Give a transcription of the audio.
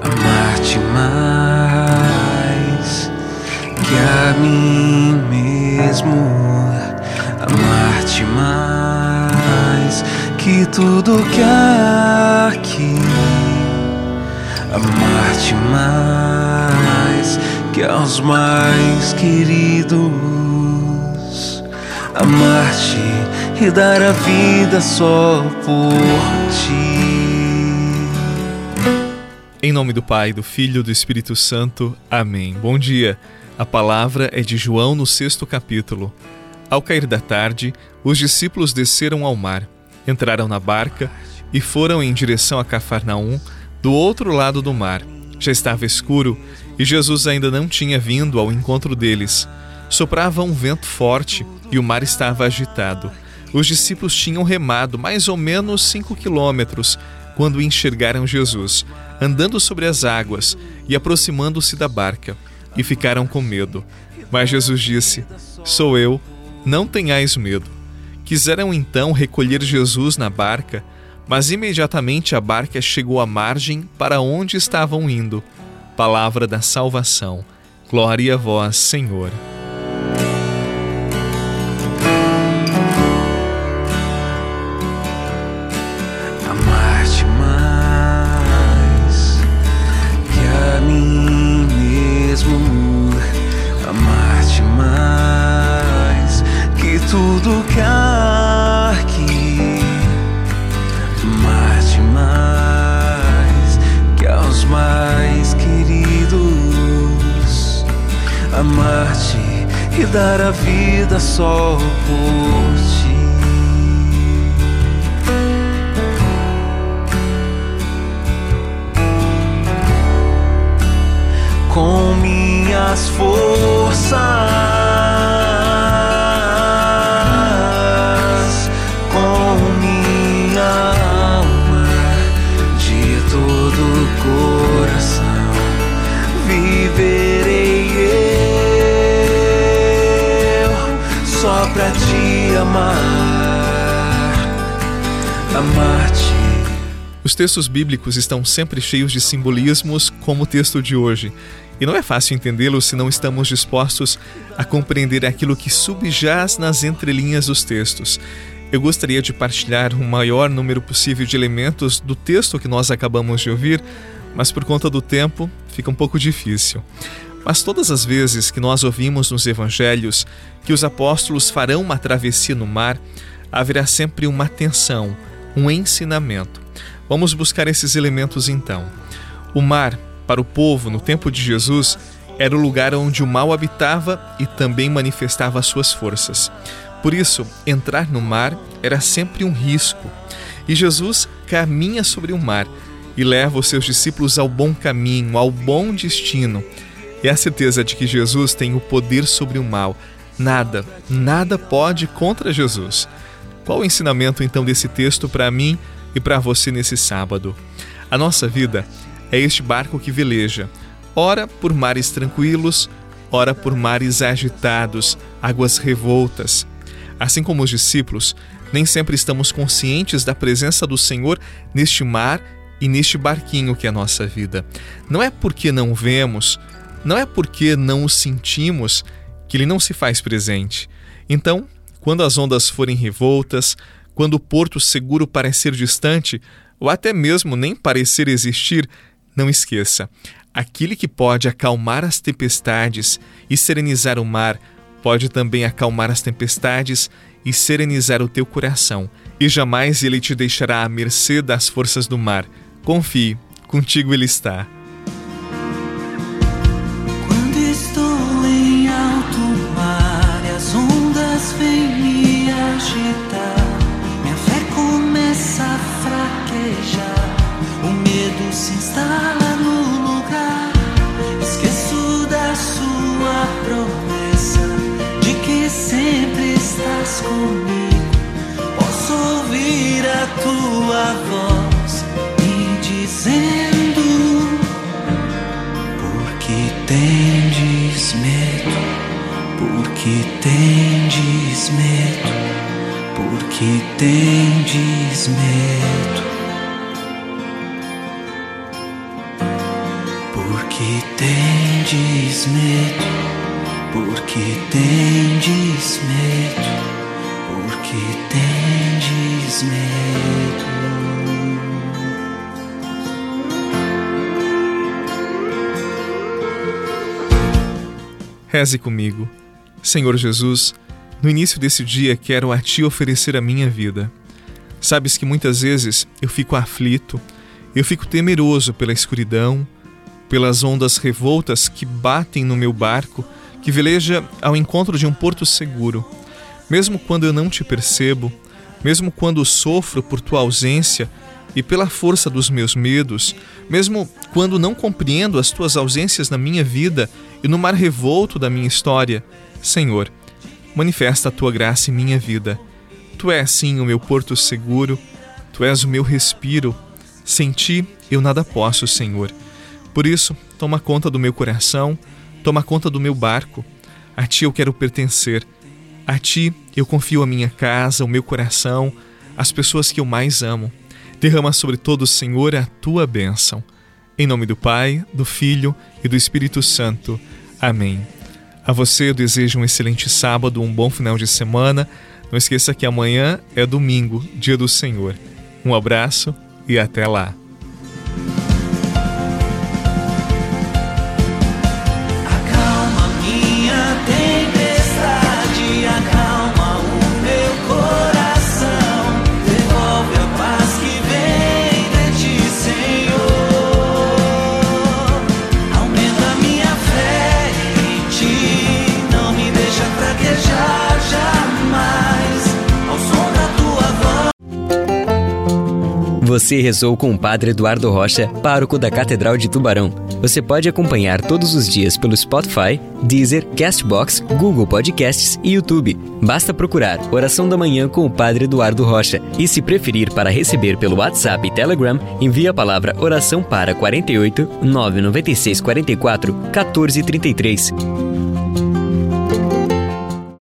amar-te mais que a mim mesmo, amar-te mais que tudo que há aqui, amar-te mais que aos mais queridos, amar-te e dar a vida só por ti. Em nome do Pai, do Filho e do Espírito Santo. Amém. Bom dia. A palavra é de João no 6º capítulo. Ao cair da tarde, os discípulos desceram ao mar, entraram na barca e foram em direção a Cafarnaum, do outro lado do mar. Já estava escuro e Jesus ainda não tinha vindo ao encontro deles. Soprava um vento forte e o mar estava agitado. Os discípulos tinham remado mais ou menos 5 quilômetros quando enxergaram Jesus, andando sobre as águas e aproximando-se da barca, e ficaram com medo. Mas Jesus disse: "Sou eu, não tenhais medo." Quiseram então recolher Jesus na barca, mas imediatamente a barca chegou à margem para onde estavam indo. Palavra da salvação. Glória a vós, Senhor. Amar-te mais que a mim mesmo, amar-te mais que tudo que há aqui, amar-te mais que aos mais queridos, amar-te e dar a vida só por ti. Com minhas forças, com minha alma, de todo o coração, viverei eu só pra te amar, amar-te. Os textos bíblicos estão sempre cheios de simbolismos, como o texto de hoje. E não é fácil entendê-los se não estamos dispostos a compreender aquilo que subjaz nas entrelinhas dos textos. Eu gostaria de partilhar o maior número possível de elementos do texto que nós acabamos de ouvir, mas por conta do tempo fica um pouco difícil. Mas todas as vezes que nós ouvimos nos evangelhos que os apóstolos farão uma travessia no mar, haverá sempre uma tensão, um ensinamento. Vamos buscar esses elementos então. O mar, para o povo no tempo de Jesus, era o lugar onde o mal habitava e também manifestava suas forças. Por isso, entrar no mar era sempre um risco. E Jesus caminha sobre o mar e leva os seus discípulos ao bom caminho, ao bom destino. E a certeza de que Jesus tem o poder sobre o mal. Nada pode contra Jesus. Qual o ensinamento então desse texto para mim e para você nesse sábado? A nossa vida é este barco que veleja, ora por mares tranquilos, ora por mares agitados, águas revoltas. Assim como os discípulos, nem sempre estamos conscientes da presença do Senhor neste mar e neste barquinho que é a nossa vida. Não é porque não vemos, não é porque não o sentimos que Ele não se faz presente. Então, quando as ondas forem revoltas, quando o porto seguro parecer distante, ou até mesmo nem parecer existir, não esqueça, aquele que pode acalmar as tempestades e serenizar o mar, pode também acalmar as tempestades e serenizar o teu coração. E jamais Ele te deixará à mercê das forças do mar. Confie, contigo Ele está. Quando estou em alto mar e as ondas vêm me agitar, minha fé começa a fraquejar, o medo se instala no lugar. Esqueço da sua promessa de que sempre estás comigo. Posso ouvir a tua voz me dizendo: porque tendes medo, porque tendes medo, porque tendes medo. Porque tendes medo, porque tendes medo, porque tendes medo. Reze comigo. Senhor Jesus, no início desse dia quero a Ti oferecer a minha vida. Sabes que muitas vezes eu fico aflito, eu fico temeroso pela escuridão, pelas ondas revoltas que batem no meu barco, que veleja ao encontro de um porto seguro. Mesmo quando eu não Te percebo, mesmo quando sofro por Tua ausência e pela força dos meus medos, mesmo quando não compreendo as Tuas ausências na minha vida e no mar revolto da minha história, Senhor, manifesta a Tua graça em minha vida. Tu és sim o meu porto seguro, Tu és o meu respiro. Sem Ti eu nada posso, Senhor. Por isso, toma conta do meu coração, toma conta do meu barco. A Ti eu quero pertencer. A Ti eu confio a minha casa, o meu coração, as pessoas que eu mais amo. Derrama sobre todos, Senhor, a Tua bênção. Em nome do Pai, do Filho e do Espírito Santo. Amém. A você eu desejo um excelente sábado, um bom final de semana. Não esqueça que amanhã é domingo, dia do Senhor. Um abraço e até lá. Acalma minha tempestade, acalma o meu coração, devolve a paz que vem de Ti, Senhor. Aumenta minha fé em Ti, não me deixa fraquejar jamais, ao som da Tua voz. Você rezou com o Padre Eduardo Rocha, pároco da Catedral de Tubarão. Você pode acompanhar todos os dias pelo Spotify, Deezer, Castbox, Google Podcasts e YouTube. Basta procurar Oração da Manhã com o Padre Eduardo Rocha. E se preferir para receber pelo WhatsApp e Telegram, envie a palavra oração para 48 996 44 1433.